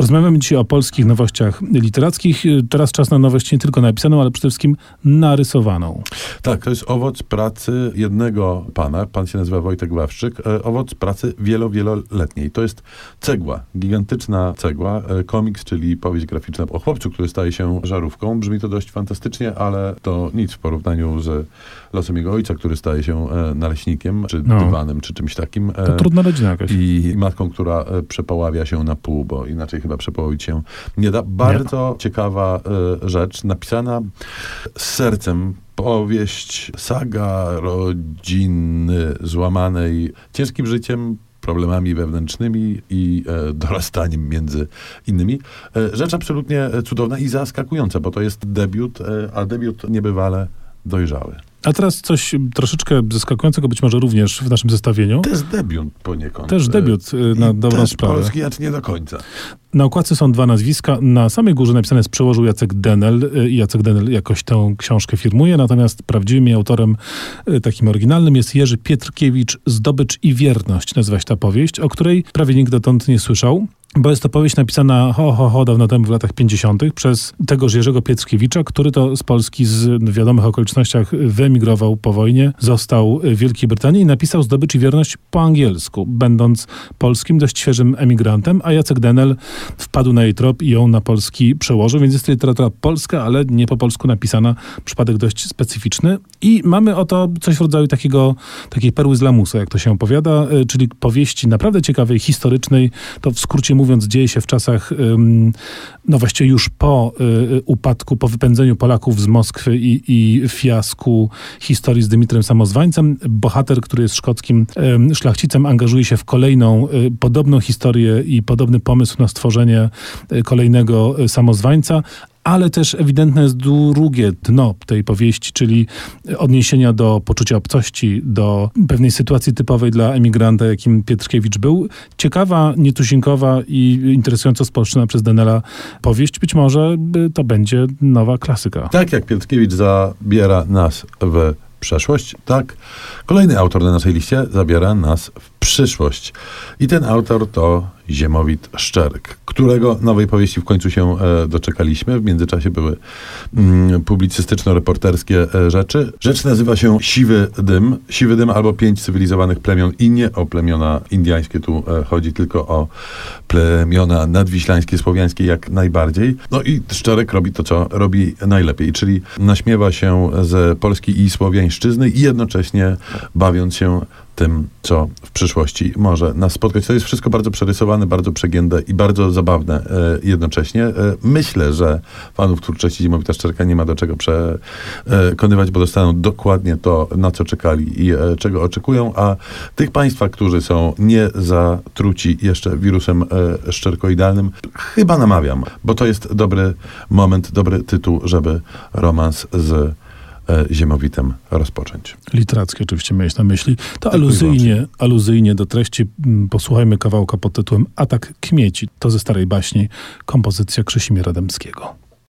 Rozmawiamy dzisiaj o polskich nowościach literackich. Teraz czas na nowość nie tylko napisaną, ale przede wszystkim narysowaną. Tak, to jest owoc pracy jednego pana. Pan się nazywa Wojtek Wawrzyk. Owoc pracy wieloletniej. To jest cegła, gigantyczna cegła. Komiks, czyli powieść graficzna o chłopcu, który staje się żarówką. Brzmi to dość fantastycznie, ale to nic w porównaniu z losem jego ojca, który staje się naleśnikiem, czy dywanem, czy czymś takim. To trudna rodzina jakaś. I matką, która przepoławia się na pół, bo inaczej chyba przepołowić się nie da. Bardzo ciekawa rzecz, napisana z sercem. Powieść, saga rodziny złamanej ciężkim życiem, problemami wewnętrznymi i dorastaniem między innymi. Rzecz absolutnie cudowna i zaskakująca, bo to jest debiut, a debiut niebywale dojrzały. A teraz coś troszeczkę zaskakującego, być może również w naszym zestawieniu. To jest debiut poniekąd. Też debiut na dobrą sprawę. Polski, acz nie do końca. Na okładce są dwa nazwiska. Na samej górze napisane jest przełożył Jacek Denel i Jacek Denel jakoś tę książkę firmuje, natomiast prawdziwym jej autorem takim oryginalnym jest Jerzy Pietrkiewicz, Zdobycz i wierność nazywa się ta powieść, o której prawie nikt dotąd nie słyszał. Bo jest to powieść napisana dawno temu, w latach 50. przez tegoż Jerzego Pietrkiewicza, który to z Polski w wiadomych okolicznościach wyemigrował po wojnie, został w Wielkiej Brytanii i napisał Zdobycz i wierność po angielsku, będąc polskim, dość świeżym emigrantem, a Jacek Denel wpadł na jej trop i ją na polski przełożył, więc jest to literatura polska, ale nie po polsku napisana, przypadek dość specyficzny. I mamy oto coś w rodzaju takiej perły z lamusa, jak to się opowiada, czyli powieści naprawdę ciekawej, historycznej, to w skrócie mówiąc, dzieje się w czasach, właściwie już po upadku, po wypędzeniu Polaków z Moskwy i fiasku historii z Dymitrem Samozwańcem. Bohater, który jest szkockim szlachcicem, angażuje się w kolejną podobną historię i podobny pomysł na stworzenie kolejnego samozwańca, ale też ewidentne jest drugie dno tej powieści, czyli odniesienia do poczucia obcości, do pewnej sytuacji typowej dla emigranta, jakim Pietrkiewicz był. Ciekawa, nietuzinkowa i interesująco spolszczona przez Denela powieść. Być może to będzie nowa klasyka. Tak jak Pietrkiewicz zabiera nas w przeszłość, tak kolejny autor na naszej liście zabiera nas w przyszłość. I ten autor to Ziemowit Szczerk, którego nowej powieści w końcu się doczekaliśmy. W międzyczasie były publicystyczno-reporterskie rzeczy. Rzecz nazywa się Siwy Dym. Siwy Dym albo 5 cywilizowanych plemion i nie o plemiona indyjskie tu chodzi, tylko o plemiona nadwiślańskie, słowiańskie jak najbardziej. No i Szczerek robi to, co robi najlepiej, czyli naśmiewa się z Polski i słowiańszczyzny i jednocześnie bawiąc się tym, co w przyszłości może nas spotkać. To jest wszystko bardzo przerysowane, bardzo przegięte i bardzo zabawne jednocześnie. Myślę, że fanów twórczości Ziemowita Szczerka nie ma do czego przekonywać, bo dostaną dokładnie to, na co czekali i czego oczekują, a tych państwa, którzy są nie zatruci jeszcze wirusem szczerkoidalnym, chyba namawiam, bo to jest dobry moment, dobry tytuł, żeby romans z Ziemowitem rozpocząć. Literackie oczywiście miałeś na myśli. To aluzyjnie do treści posłuchajmy kawałka pod tytułem Atak Kmieci. To ze starej baśni kompozycja Krzysimira Dębskiego.